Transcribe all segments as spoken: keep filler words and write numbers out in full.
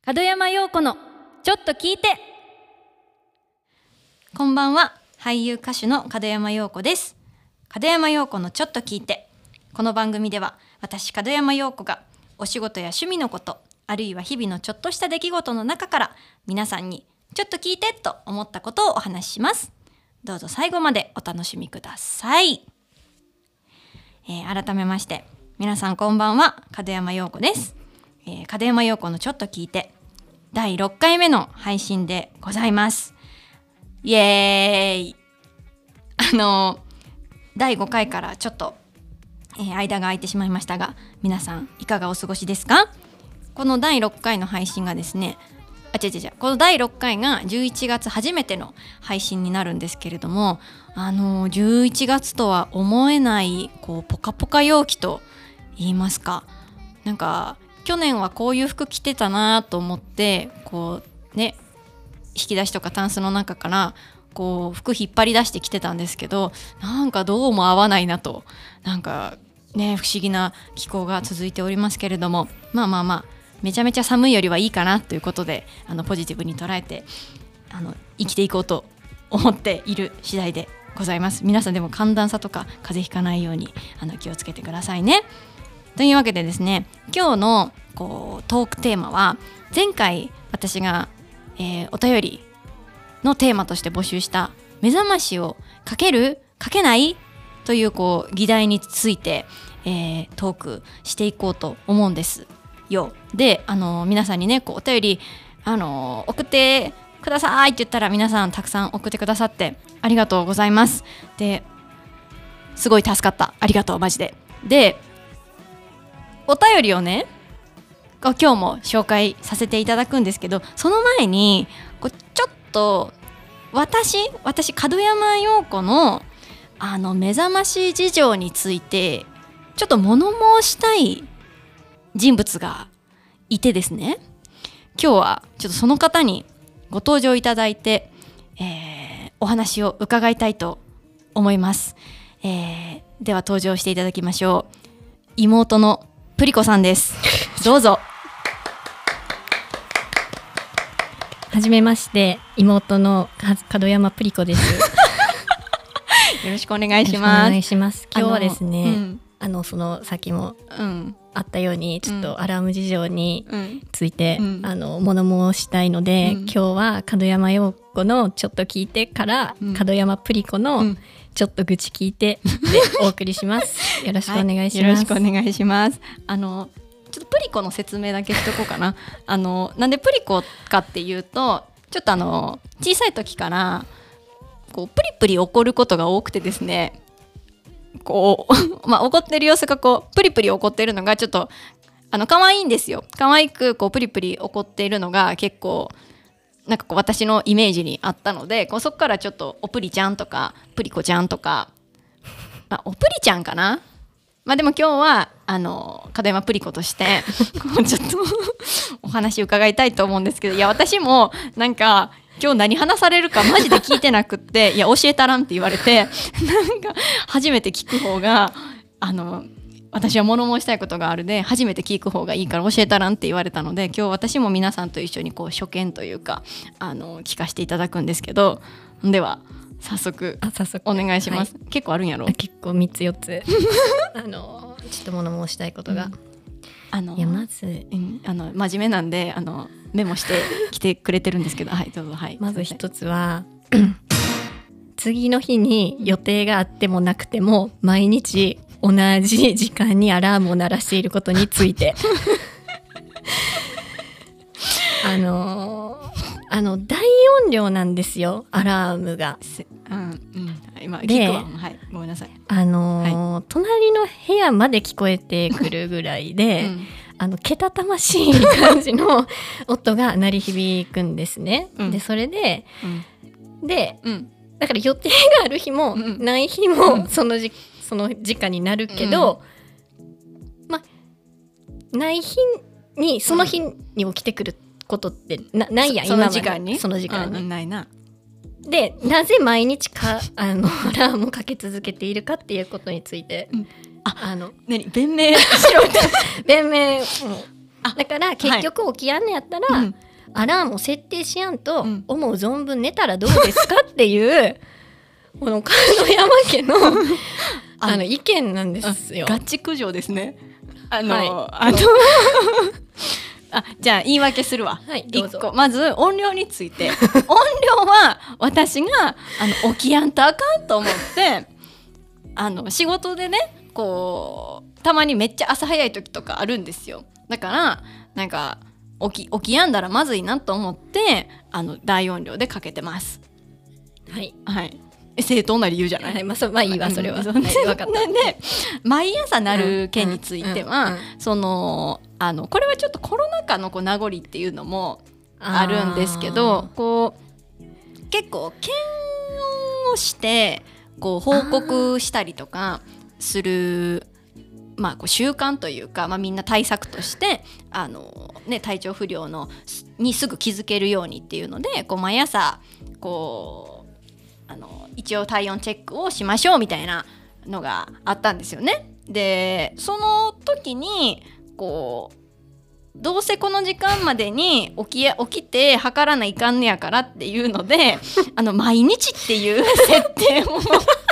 門山陽子のちょっと聞いて。こんばんは、俳優歌手の門山陽子です。門山陽子のちょっと聞いて。この番組では私門山陽子がお仕事や趣味のこと、あるいは日々のちょっとした出来事の中から皆さんにちょっと聞いてと思ったことをお話しします。どうぞ最後までお楽しみください。えー、改めまして皆さんこんばんは、門山陽子です。えー、門山陽子のちょっと聞いてだいろっかいめの配信でございます。イエーイ。あのだいごかいからちょっと、えー、間が空いてしまいましたが、皆さんいかがお過ごしですか？このだいろっかいの配信がですね、あ違う違う違うこのだいろっかいがじゅういちがつ初めての配信になるんですけれども、あのじゅういちがつとは思えないこうポカポカ陽気と言いますか、なんか去年はこういう服着てたなと思ってこうね、引き出しとかタンスの中からこう服引っ張り出してきてたんですけど、なんかどうも合わないなと、なんかね不思議な気候が続いておりますけれども、まあまあまあめちゃめちゃ寒いよりはいいかなということで、あのポジティブに捉えてあの生きていこうと思っている次第でございます。皆さんでも寒暖差とか風邪ひかないようにあの気をつけてくださいね。というわけでですね、今日のこうトークテーマは、前回私が、えー、お便りのテーマとして募集した目覚ましをかけるかけないというこう議題について、えー、トークしていこうと思うんですよ。で、あのー、皆さんにねこうお便り、あのー、送ってくださいって言ったら皆さんたくさん送ってくださってありがとうございます。ですごい助かった、ありがとうマジで。でお便りをね今日も紹介させていただくんですけど、その前にこうちょっと私私門山陽子のあの目覚まし事情についてちょっと物申したい人物がいてですね、今日はちょっとその方にご登場いただいて、えー、お話を伺いたいと思います。えー、では登場していただきましょう。妹のプリコさんです。どうぞ。 はじめまして、妹の門山プリコです。 よろしくお願いします。 お願いします。今日はですね、あの、うん、あのその先もあったように、ちょっとアラーム事情について、うん、あの物申したいので、うん、今日は門山陽子のちょっと聞いてから、うん、門山プリコのちょっと愚痴聞いてでお送りします。よろしくお願いします。はい、 よろしくお願いします。あのちょっとプリコの説明だけしとこうかな。あのなんでプリコかっていうと、ちょっとあの小さい時からこうプリプリ怒ることが多くてですね、こうまあ怒ってる様子がこうプリプリ怒ってるのがちょっとあの可愛いんですよ。可愛くこうプリプリ怒っているのが結構なんかこう私のイメージにあったので、こうそこからちょっとおプリちゃんとかプリコちゃんとか、まあ、おプリちゃんかな。まあでも今日はあの門山プリコとしてこうちょっとお話伺いたいと思うんですけど、いや私もなんか今日何話されるかマジで聞いてなくっていや教えたらんって言われて、なんか初めて聞く方があの私は物申したいことがあるで初めて聞く方がいいから教えたらんって言われたので、今日私も皆さんと一緒にこう初見というかあの聞かせていただくんですけど、では早速お願いします。はい、結構あるんやろ？ 結構みっつよっつあのちょっと物申したいことが、うん、あのいやまず、 うん、あの真面目なんであのメモしてきてくれてるんですけどはいどうぞ。はい、 まず一つは次の日に予定があってもなくても毎日同じ時間にアラームを鳴らしていることについてあのあの大音量なんですよ、アラームが。 うんうん、今聞くわ、はい、ごめんなさい。 あのーはい、隣の部屋まで聞こえてくるぐらいで、うん、あのけたたましい感じの音が鳴り響くんですね。うん、でそれで、うん、で、うん、だから予定がある日もない日もその時その時間になるけど、うん、まない日にその日に起きてくることって な, ないやん、 その時間にその時間に、 うん、ないな。 でなぜ毎日かあのアラームをかけ続けているかっていうことについて、うん、 ああの何弁明しろって弁明もだから結局起きやんのやったら、はい、アラームを設定しやんと、うん、思う存分寝たらどうですかっていうこの角山家のあの意見なんですよ。 ガチ苦情ですね。あの、 はい、 あのあじゃあ言い訳するわ、 はい、どうぞ。 いっこまず音量について音量は私があの起きやんとあかんと思ってあの仕事でねこうたまにめっちゃ朝早い時とかあるんですよ。だからなんか起き、起きやんだらまずいなと思ってあの大音量でかけてます。 はい、 はい、正当な理由じゃない、 はい、まあ、そまあいいわそれは、 うん、 はい、分かった。 で毎朝鳴る件については、うんうんうん、そのあのこれはちょっとコロナ禍のこう名残っていうのもあるんですけど、こう結構検温をしてこう報告したりとかするまあ、こう習慣というか、まあ、みんな対策としてあの、ね、体調不良のにすぐ気づけるようにっていうのでこう毎朝こうあの一応体温チェックをしましょうみたいなのがあったんですよね。でその時にこうどうせこの時間までに起きや起きて測らないかんねやからっていうのであの毎日っていう設定を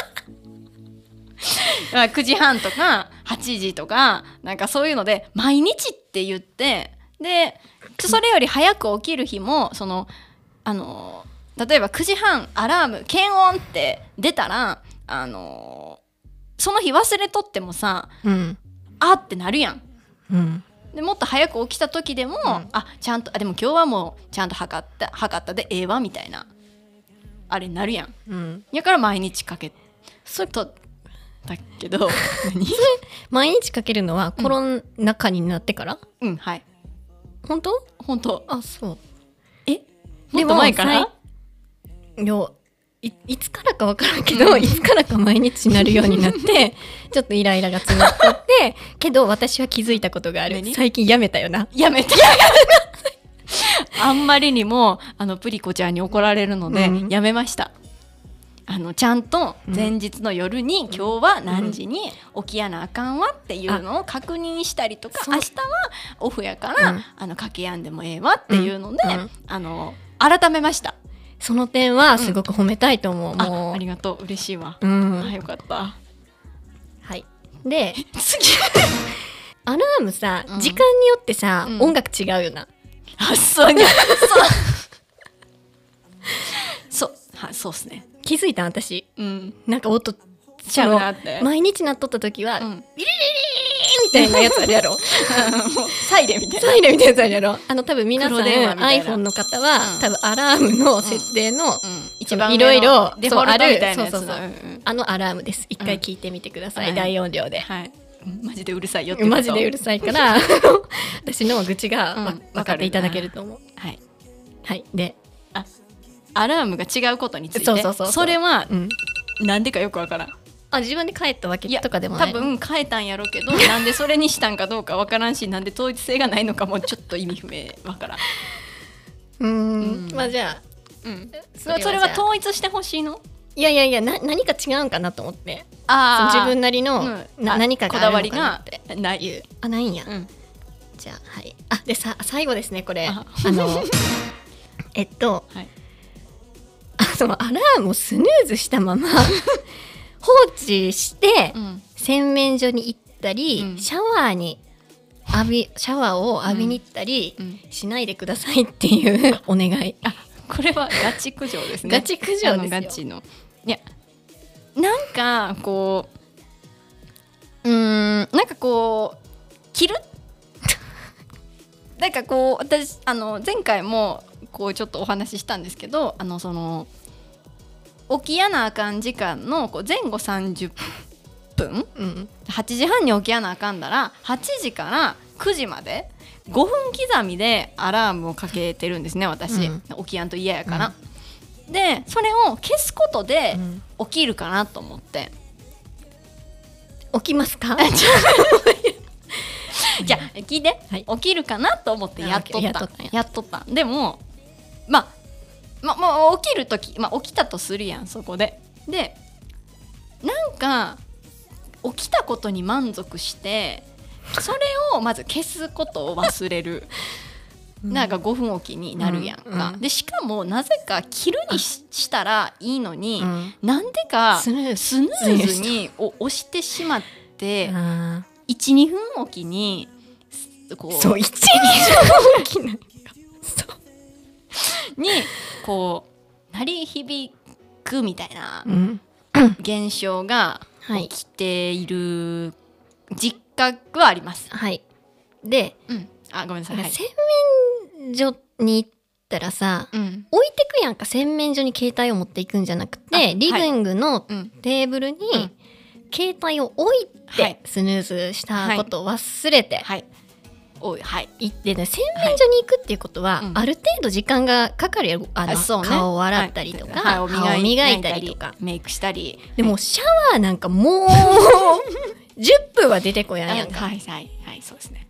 くじはんとかはちじとかなんかそういうので毎日って言ってでそれより早く起きる日もそのあの例えばくじはんアラーム検温って出たらあのその日忘れとってもさ、うん、あってなるやん、うん、でもっと早く起きた時でも、うん、あちゃんとあでも今日はもうちゃんと測った測ったでええわみたいなあれになるやん、うん、やから毎日かけそれとだけど何毎日かけるのはコロナ禍になってから、 うん、うん、はい本当本当あそうえもっと前からいや い, いつからか分からんけど、うん、いつからか毎日になるようになってちょっとイライラが詰まってけど私は気づいたことがある。最近やめたよな。 やめたあんまりにもあのプリコちゃんに怒られるので、うん、やめました。あのちゃんと前日の夜に、うん、今日は何時に起きやなあかんわっていうのを確認したりとか、明日はオフやから、うん、あのかけやんでもええわっていうので、うん、あの改めました。 その点はすごく褒めたいと思う、うん、もうあ, ありがとう嬉しいわ、うん、あよかった。 はいで次アラームさ、うん、時間によってさ、うん、音楽違うよな。 あそうねそうはそうっすね。 気づいた私、うん、なんか音ちゃうなって毎日鳴っとった時は、うん、ビリリリみたいなやつあるやろサイレンみたいなサイレンみたいなやつあるやろ。あの多分皆さん iPhone の方は、うん、多分アラームの設定の、うんうん、 一番いろいろデフォルトみたいなやつそうそうそう、うんうん、あのアラームです。一回聞いてみてください、うん、大音量で、 はい、マジでうるさいよってことマジでうるさいから私の愚痴が、うん、分かっていただけると思う。 はい、 はい、であアラームが違うことについてそうそうそうそうそれは、うん、なんでかよくわからん。 あ自分で変えたわけとかでもない。 多分変えたんやろうけどなんでそれにしたんかどうかわからんしなんで統一性がないのかもちょっと意味不明わからん。 うーん、うん、まあじゃあ、 うん、それはそれは統一してほしいの。 いやいやいやな何か違うんかなと思って。あ自分なりの、うん、な何かがあるのかなってこだわりがないあないんや、うん、じゃあはいあでさ最後ですねこれあのえっと、はい、そのアラームをスヌーズしたまま放置して、うん、洗面所に行ったり、うん、シャワーに浴びシャワーを浴びに行ったりしないでくださいっていう、うん、お願い。 あこれはガチ苦情ですね。 ガチ苦情ですよ。 ガチのいやなんかこううーんなんかこう着るなんかこう私あの前回もこうちょっとお話ししたんですけどあのその起きやなあかん時間のこう前後さんじゅっぷん、うん、はちじはんに起きやなあかんだらはちじからくじまでごふん刻みでアラームをかけてるんですね私、うん、起きやんと嫌やから、うん、でそれを消すことで起きるかなと思って、 うん、起きますかじゃあ聞いて、はい、起きるかなと思ってやっとったやっとったやっとったでもまあま、もう起きるとき、まあ、起きたとするやんそこででなんか起きたことに満足してそれをまず消すことを忘れるなんかごふんおきになるやんか、うんうん、でしかもなぜか切るに し, したらいいのに、うん、なんでかスヌーズに押してしまっていちにふんおきにこうそういちにふんおきなんかにこう鳴り響くみたいな現象が起きている実覚はあります。 はい。で、 うん、あごめんなさい、はい、 洗面所に行ったらさ、うん、置いてくやんか。洗面所に携帯を持っていくんじゃなくてリビングのテーブルに携帯を置いてスヌーズしたことを忘れて、はいはいおいはい、 行ってね、洗面所に行くっていうことは、はい、ある程度時間がかかるやろ。あの、ね、顔を洗ったりとか、はい、歯を磨いたりとかメイクしたりでもシャワーなんかもうじゅっぷんは出てこやんやんか。 はいはいはいそうですね、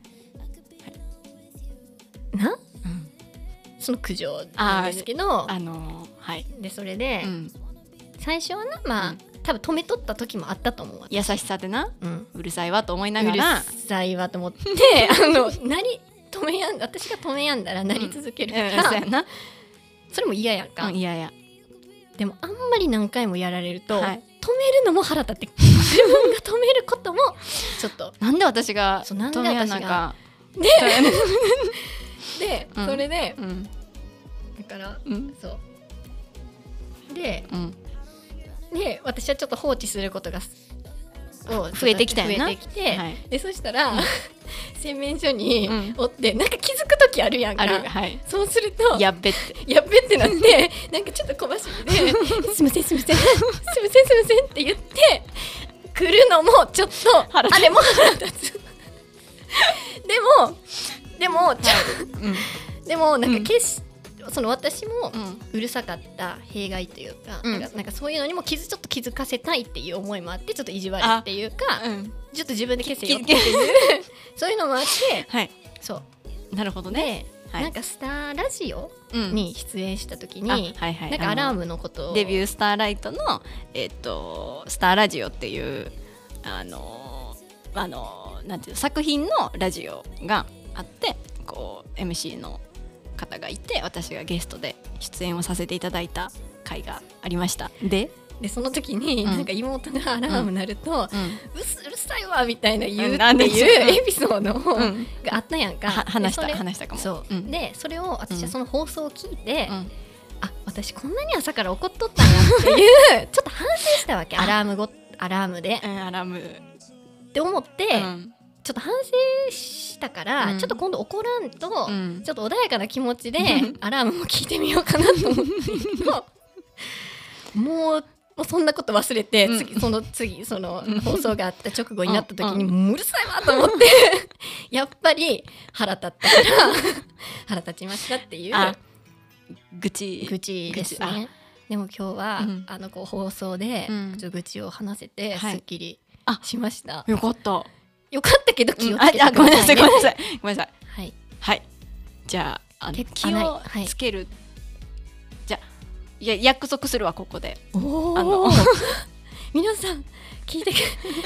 はい、な、うん、その苦情なんですけどあのー、はいでそれで、うん、最初はなまあ、うん多分止めとった時もあったと思う。 優しさでな、うん、うるさいわと思いながらうるさいわと思ってあのなり止めやん私が止めやんだらなり続けるから、うんうん、そうやなそれも嫌やんか、 うん、嫌やでもあんまり何回もやられると、はい、止めるのも腹立って自分が止めることもちょっとなんで私がそうなんで私がでで、うん、それで、うん、だから、うん、そうで、うんで私はちょっと放置することが増えてきたよな増えてきて、はい、でそしたら、うん、洗面所におって、うん、なんか気づく時あるやんか。 ある、はい、 そうするとやっべってやっべってなってなんかちょっと小走りですいませんすいませんすいませんすいませんって言って来るのもちょっと腹立つあれも腹立つでもでもちょ、はいうん、でもなんか消し、うんその私もうるさかった弊害というか、うん、なんか、なんかそういうのにも気づちょっと気づかせたいっていう思いもあってちょっと意地悪っていうか、うん、ちょっと自分で消せよっていうそういうのもあって、 はい、 そうなるほどね、 はい、なんかスターラジオに出演した時に、うんはいはい、なんかアラームのことをデビュースターライトの、えー、とスターラジオっていうあのあのなんていう作品のラジオがあってこう エムシー の方がいて私がゲストで出演をさせていただいた回がありました。ででその時に、うん、なんか妹がアラーム鳴ると、うんうん、う, うるさいわみたいな言うっていうエピソードがあったやんか。 話した話したかも。 そう、うん、でそれを私はその放送を聞いて、うん、あ私こんなに朝から怒っとったんやっていうちょっと反省したわけ。アラームごアラームで、 うん、アラームって思って、うんちょっと反省したから、うん、ちょっと今度怒らんと、うん、ちょっと穏やかな気持ちでアラームも聞いてみようかなと思ってけどもう、もうそんなこと忘れて、うん、次その次その放送があった直後になった時に、うん、もううるさいわと思ってやっぱり腹立ったから腹立ちましたっていう愚痴愚痴ですね。でも今日は、うん、あのこう放送で、うん、ちょっと愚痴を話せて、はい、すっきりしました。 よかったよかったけど気をつけてくださいね、うん、あごめんなさいごめんなさいごめんなさいはい、 はい、じゃあ、あの気をつける、はい、じゃあいや約束するわここで。 おあの皆さん聞いて聞いて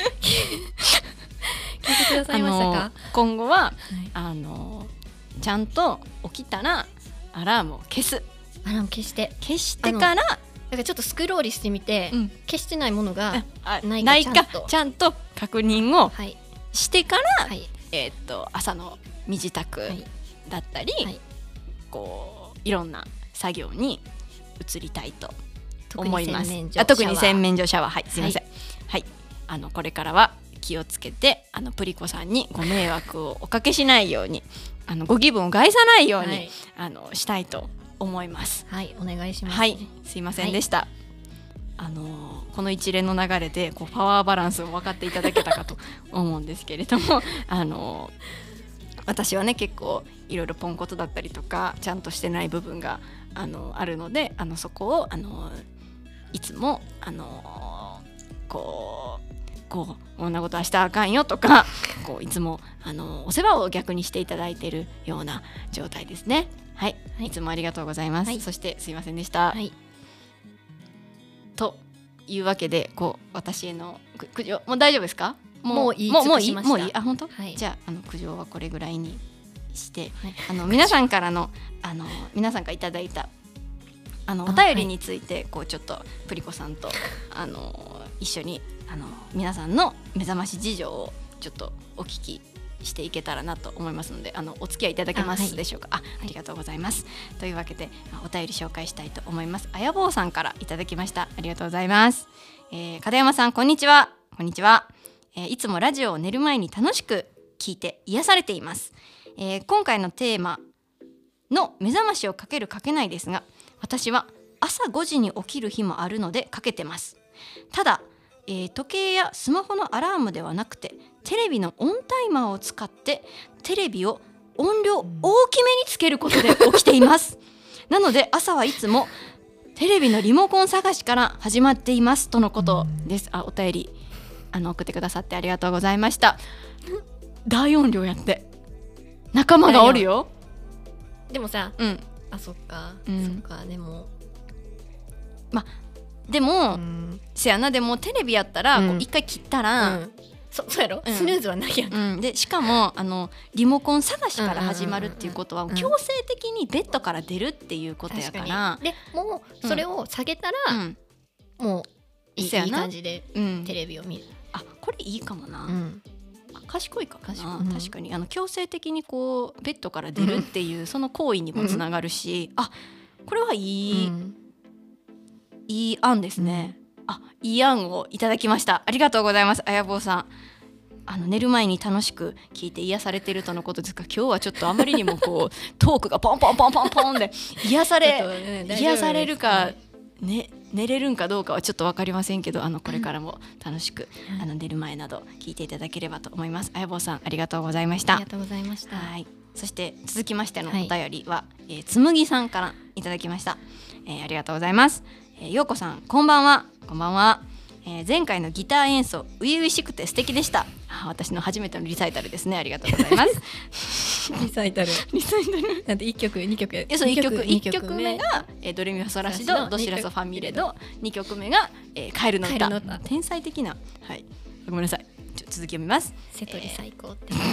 くださいましたか。 今後は、はい、あのちゃんと起きたらアラームを消す。 アラーム消して消してからだからちょっとスクロールしてみて、うん、消してないものがないかないかちゃんと確認を、はいしてから、はいえー、と朝の身支度だったり、はい、こういろんな作業に移りたいと思います。特に洗面所シャワー、はい、すいません、はいはい、あのこれからは気をつけてあのプリコさんにご迷惑をおかけしないようにあのご気分を害さないように、はい、あのしたいと思います。 はいお願いします、 はい、すいませんでした、はいあのこの一連の流れでこうパワーバランスを分かっていただけたかと思うんですけれどもあの私はね結構いろいろポンコツだったりとかちゃんとしてない部分が あのあるのであのそこをあのいつもあのこうこうこんなことはしたらあかんよとかこういつもあのお世話を逆にしていただいているような状態ですね。はい、はい、いつもありがとうございます、はい、そしてすいませんでした、はいというわけでこう私への苦情もう大丈夫ですか？ もういいもうもういい尽くしましたもういいあ本当、 はい、 じゃああの苦情はこれぐらいにして、 はい、 あの皆さんからのあの皆さんからいただいたあのお便りについてこうちょっとプリコさんとあの一緒にあの皆さんの目覚まし事情をちょっとお聞きしていけたらなと思いますので、あのお付き合いいただけますでしょうか。あ、はい、あ, ありがとうございます、はい、というわけでお便り紹介したいと思います。あやぼうさんからいただきました。ありがとうございます。えー、門山さんこんにちは。こんにちは、えー、いつもラジオを寝る前に楽しく聞いて癒されています。えー、今回のテーマの目覚ましをかけるかけないですが、私は朝ごじに起きる日もあるのでかけてます。ただ、えー、時計やスマホのアラームではなくてテレビのオンタイマーを使ってテレビを音量大きめにつけることで起きていますなので朝はいつもテレビのリモコン探しから始まっていますとのことです。あ、お便りあの送ってくださってありがとうございました。大音量やって仲間がおるよ。 でもさ、うん、あそっか、うん、そっかでもまでも、うん、せやなでもテレビやったら、うん、こう一回切ったら、うん、 そ, そうやろ、うん、スヌーズはないやんか、 うん、でしかもあのリモコン探しから始まるっていうことは、うんうんうん、強制的にベッドから出るっていうことやから、 でもうそれを下げたら、うん、もうい い, いい感じでテレビを見る、うん、 あこれいいかもな、うん、賢いかもな、 うん、 確かにあの強制的にこうベッドから出るっていう、うん、その行為にもつながるし、うん、あこれはいい、うんいい案ですね、うん、あいい案をいただきました。ありがとうございます。あやぼうさん、あの寝る前に楽しく聞いて癒されているとのことですが、今日はちょっとあまりにもこうトークがポンポンポンポンポンで癒され、ね、癒されるか、ね、寝れるんかどうかはちょっと分かりませんけど、あのこれからも楽しく、うん、あの寝る前など聞いていただければと思います。あやぼうさんありがとうございました。 ありがとうございました。 はい、そして続きましてのお便りは、はいえー、つむぎさんからいただきました。えー、ありがとうございます。えー、ようこさんこんばんは。こんばんは。えー、前回のギター演奏初々しくて素敵でした。あ、私の初めてのリサイタルですね。ありがとうございますリサイタルリサイタルなんていっきょくにきょくえそういっきょくいっきょくめが、えー、ドレミファソラシドドシラソファミレド、にきょくめが、えー、カエルの歌。の歌天才的な、はい、ごめんなさい、ちょ続きを見ます。 瀬戸リ最高って、えー、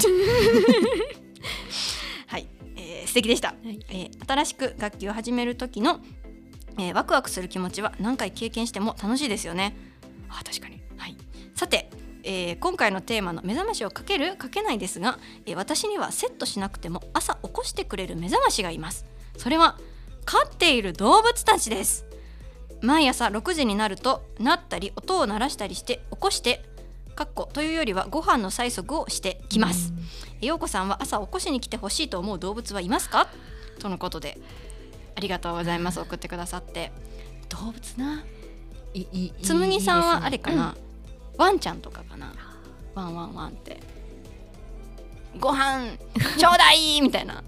はい、えー、素敵でした、はいえー、新しく楽器を始める時の、えー、ワクワクする気持ちは何回経験しても楽しいですよね。あ、確かに、はい、さて、えー、今回のテーマの目覚ましをかけるかけないですが、えー、私にはセットしなくても朝起こしてくれる目覚ましがいます。それは飼っている動物たちです。毎朝ろくじになると鳴ったり音を鳴らしたりして起こしてかっこというよりはご飯の催促をしてきます。ようこさんは朝起こしに来てほしいと思う動物はいますかとのことで、ありがとうございます。送ってくださって。動物ないいつむぎさんはあれかな、うん、ワンちゃんとかかな。ワンワンワンってご飯ちょうだいみたいな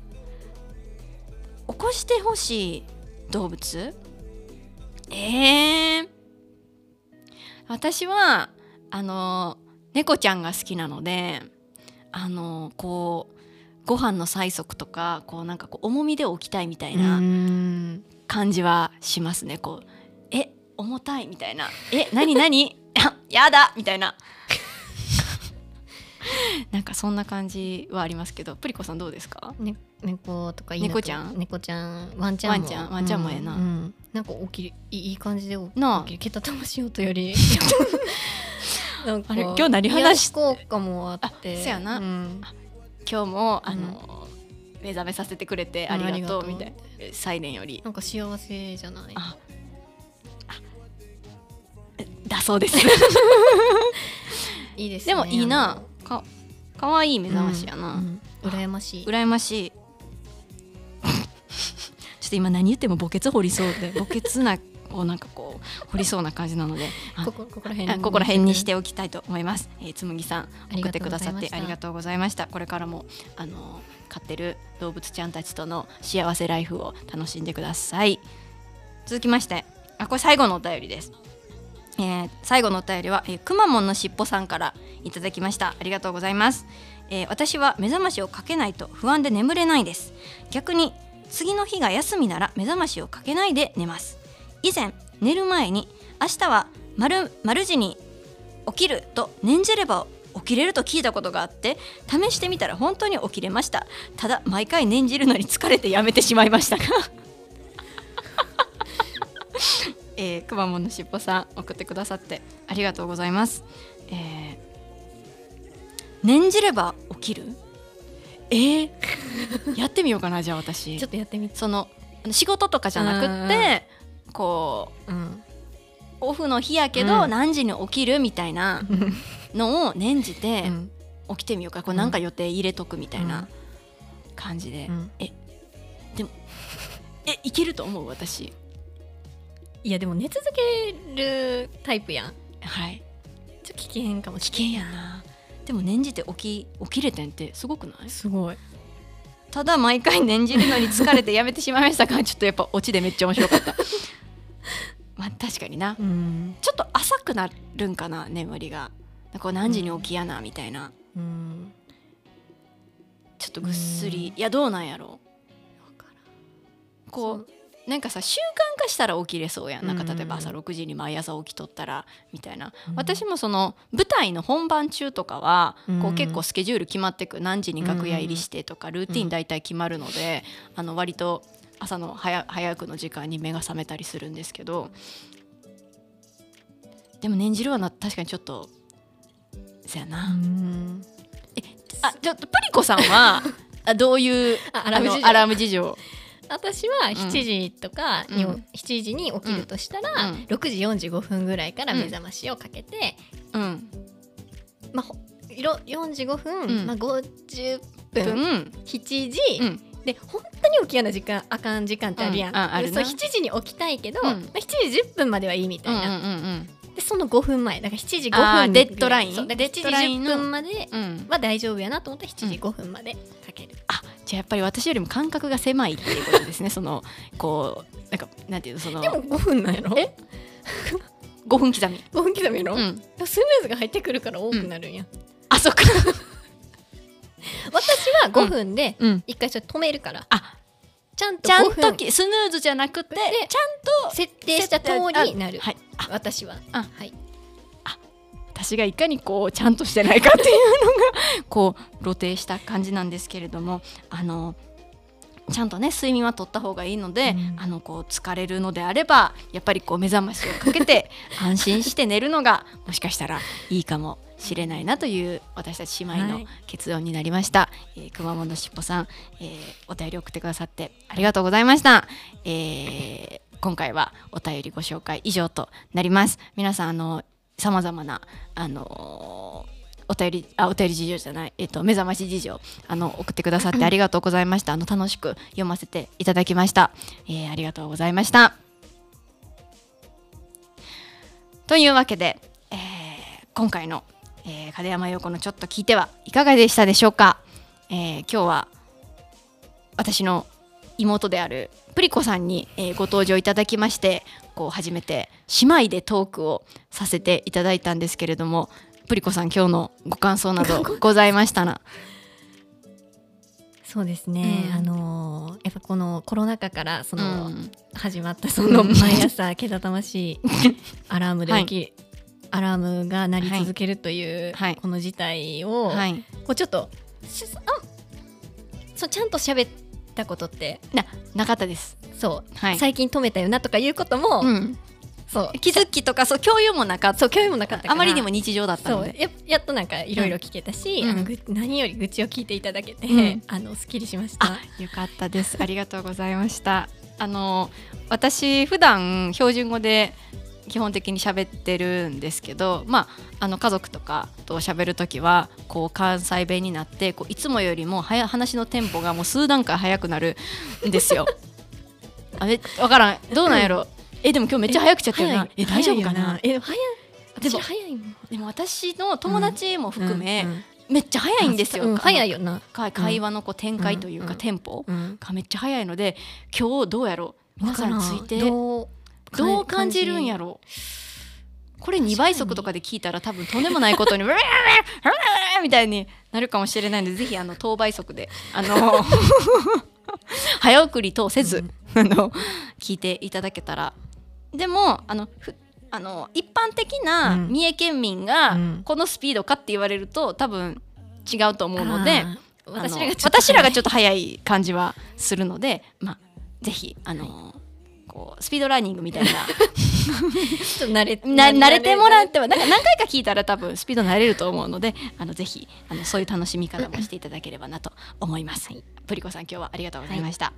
起こしてほしい動物、えー、私はあの猫ちゃんが好きなので、あのこうご飯の催促とかこうなんかこう重みで起きたいみたいな感じはしますね。こうえ重たいみたいな、え何何やだみたいななんかそんな感じはありますけど、プリコさんどうですか？ ね、猫とか犬と猫ちゃん猫ちゃんワンちゃんもワンちゃんワンちゃんもええな、 うんうん、なんか起きるいい感じで起きるけたたましようとよりなんかあれ今日何話し効果もあってあ、そうやな、うん、今日もあの、うん、目覚めさせてくれてありがとうみたいな、サイレンよりなんか幸せじゃない？ あだそうですいいですね。 でもいいな、か, かわいい目覚ましやな、 うんうん、羨ましい羨ましいちょっと今何言っても墓穴掘りそうで墓穴なこうなんかこう掘りそうな感じなのでここ、ここら辺にここら辺にしておきたいと思います。えー、つむぎさん送ってくださってありがとうございました。これからもあの飼ってる動物ちゃんたちとの幸せライフを楽しんでください。続きましてあこれ最後のお便りです。えー、最後のお便りは、えー、くまモンのしっぽさんからいただきました。ありがとうございます。えー、私は目覚ましをかけないと不安で眠れないです。逆に次の日が休みなら目覚ましをかけないで寝ます。以前寝る前に明日は 丸, 丸時に起きると念じれば起きれると聞いたことがあって試してみたら本当に起きれました。ただ毎回念じるのに疲れてやめてしまいましたがえー、くまモンのしっぽさん送ってくださってありがとうございます。えー、念じれば起きるえー、やってみようかな。じゃあ私ちょっとやってみて。 その仕事とかじゃなくってこう、うん、オフの日やけど、うん、何時に起きるみたいなのを念じて起きてみようか。これなんか予定入れとくみたいな感じで、うん、えでもえいけると思う私。 いやでも寝続けるタイプやん。 はい。 ちょっと危険かもしれない。危険やな。でも念じて起き起きれてんってすごくない？ すごい。 ただ毎回念じるのに疲れてやめてしまいましたがちょっとやっぱオチでめっちゃ面白かったまあ確かにな、うん、ちょっと浅くなるんかな眠りが。こう何時に起きやなみたいな、うん、ちょっとぐっすり、うん、いやどうなんやろう。こうなんかさ習慣化したら起きれそうやん。なんか例えば朝ろくじに毎朝起きとったらみたいな、うん、私もその舞台の本番中とかはこう結構スケジュール決まってく、何時に楽屋入りしてとかルーティン大体決まるので、あの割と朝の 早, 早くの時間に目が覚めたりするんですけど、でも念じるはな確かにちょっとそやな。うんえあちょっとプリコさんはどういうアラーム事情？ 私はしちじとかに、うん、しちじに起きるとしたら、うん、ろくじよんじゅうごふんぐらいから目覚ましをかけて、うんまあ、よんじゅうごふん、うんまあ、ごじゅっぷん、うん、しちじ、うん、で本当に起きやな時間あかん時間ってあるやん、うん、ああるな。そうしちじに起きたいけど、うんまあ、しちじじゅっぷんまではいいみたいな、うんうんうんうん、でそのごふんまえだからしちじごふんデッドラインそうだからしちじじゅっぷんまでは大丈夫やなと思ったらしちじごふんまでかける、うん、 あじゃあやっぱり私よりも感覚が狭いっていうことですねそのこうなんかなんていうのそのでもごふんなんやろえごふん刻みごふん刻みやろ、うん、スヌーズが入ってくるから多くなるんや、うん、 あそっか私はごふんで一回ちょっと止めるから、うん、あちゃんとごふんちゃんとスヌーズじゃなくてちゃんと設定した通りになる、はい、私はあ、はい、 あ私がいかにこうちゃんとしてないかっていうのがこう露呈した感じなんですけれども、あのちゃんとね睡眠はとった方がいいので、うん、あのこう疲れるのであればやっぱりこう目覚ましをかけて安心して寝るのがもしかしたらいいかもしれないなという私たち姉妹の結論になりました、はいえー、くまモンのしっぽさん、えー、お便り送ってくださってありがとうございました、えー、今回はお便りご紹介以上となります。皆さんあのさまざまなあのーお便りあお便り事情じゃない、えっと、目覚まし事情あの送ってくださってありがとうございました。あの楽しく読ませていただきました、えー、ありがとうございました。というわけで、えー、今回の、えー、門山陽子のちょっと聞いてはいかがでしたでしょうか。えー、今日は私の妹であるプリコさんに、えー、ご登場いただきまして、こう初めて姉妹でトークをさせていただいたんですけれども、プリコさん今日のご感想などございましたらそうですね、うん、あのー、やっぱこのコロナ禍からその、うん、始まったその毎朝けたたましいアラームで起き、はい、アラームが鳴り続けるという、はい、この事態を、はい、こうちょっとあそうちゃんと喋ったことってな、なかったです。 そう、はい、最近止めたよなとかいうことも、うんそう気づきとかそう共有もなかった。 そう共有もなかったからあまりにも日常だったのでそう や, やっとなんかいろいろ聞けたし、うん、あのぐ何より愚痴を聞いていただけて、うん、あのすっきりしました。 あよかったです。ありがとうございました。あの私普段標準語で基本的に喋ってるんですけど、まあ、あの家族とかと喋るときはこう関西弁になってこういつもよりもは話のテンポがもう数段階速くなるんですよ。あれ分からんどうなんやろえでも今日めっちゃ早くちゃったよな。え大丈夫かな。 え早いでも早いもん。 でも私の友達も含め、うんうんうん、めっちゃ早いんですよ。 うん、早いよな。 会話のこう展開というか、うん、テンポがめっちゃ早いので、今日どうやろう皆さんついてどう、どう感じるんやろう。これにばい速とかで聞いたら多分とんでもないことにみたいになるかもしれないので、ぜひあの等倍速であの早送りとせず、うん、あの聞いていただけたら。でもあのふあの一般的な三重県民がこのスピードかって言われると多分違うと思うので、私らがちょっと私らがちょっと速い感じはするので、まあ、ぜひあのこうスピードランニングみたいなちょっと慣れな慣れてもらってはなんか何回か聞いたら多分スピード慣れると思うので、あのぜひあのそういう楽しみ方もしていただければなと思います。はい、プリコさん今日はありがとうございました。はい、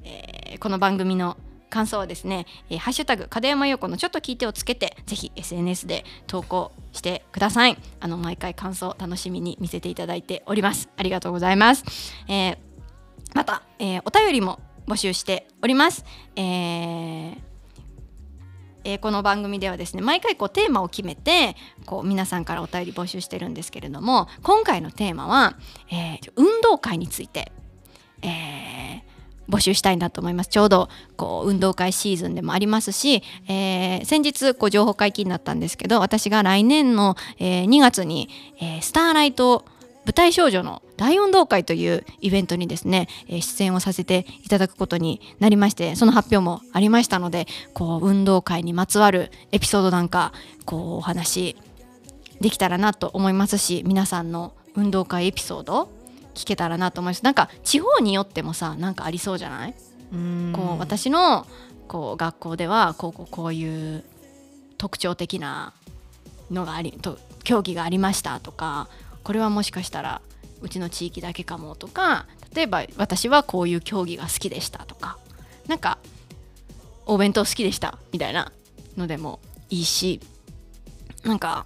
えー、この番組の感想はですね、えー、ハッシュタグ門山陽子のちょっと聞いてをつけてぜひ エスエヌエス で投稿してください。あの毎回感想楽しみに見せていただいております。ありがとうございます。えー、また、えー、お便りも募集しております。えーえー、この番組ではですね毎回こうテーマを決めてこう皆さんからお便り募集してるんですけれども、今回のテーマは、えー、運動会について、えー募集したいなと思います。ちょうどこう運動会シーズンでもありますし、えー、先日こう情報解禁になったんですけど、私が来年の、えー、にがつに、えー、スターライト舞台少女の大運動会というイベントにですね、えー、出演をさせていただくことになりまして、その発表もありましたので、こう運動会にまつわるエピソードなんかこうお話できたらなと思いますし、皆さんの運動会エピソード聞けたらなと思います。なんか地方によってもさなんかありそうじゃない？うーん、こう私のこう学校ではこうこうこういう特徴的なのがありと競技がありましたとか、これはもしかしたらうちの地域だけかもとか、例えば私はこういう競技が好きでしたとか、なんかお弁当好きでしたみたいなのでもいいし、なんか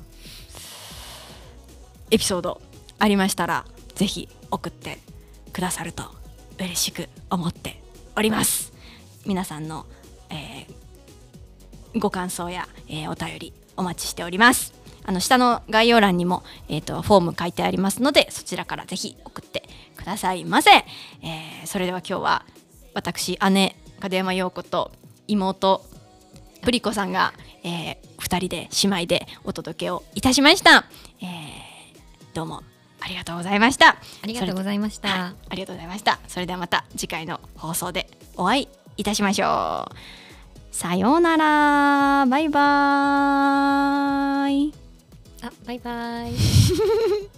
エピソードありましたらぜひ送ってくださると嬉しく思っております。皆さんの、えー、ご感想や、えー、お便りお待ちしております。あの下の概要欄にも、えーと、フォーム書いてありますので、そちらからぜひ送ってくださいませ。えー、それでは今日は私姉門山陽子と妹プリコさんが、えー、ふたりで姉妹でお届けをいたしました。えー、どうもありがとうございました。 ありがとうございました。 はい、ありがとうございました。それではまた次回の放送でお会いいたしましょう。さようなら。バイバーイ。 あ、バイバイ。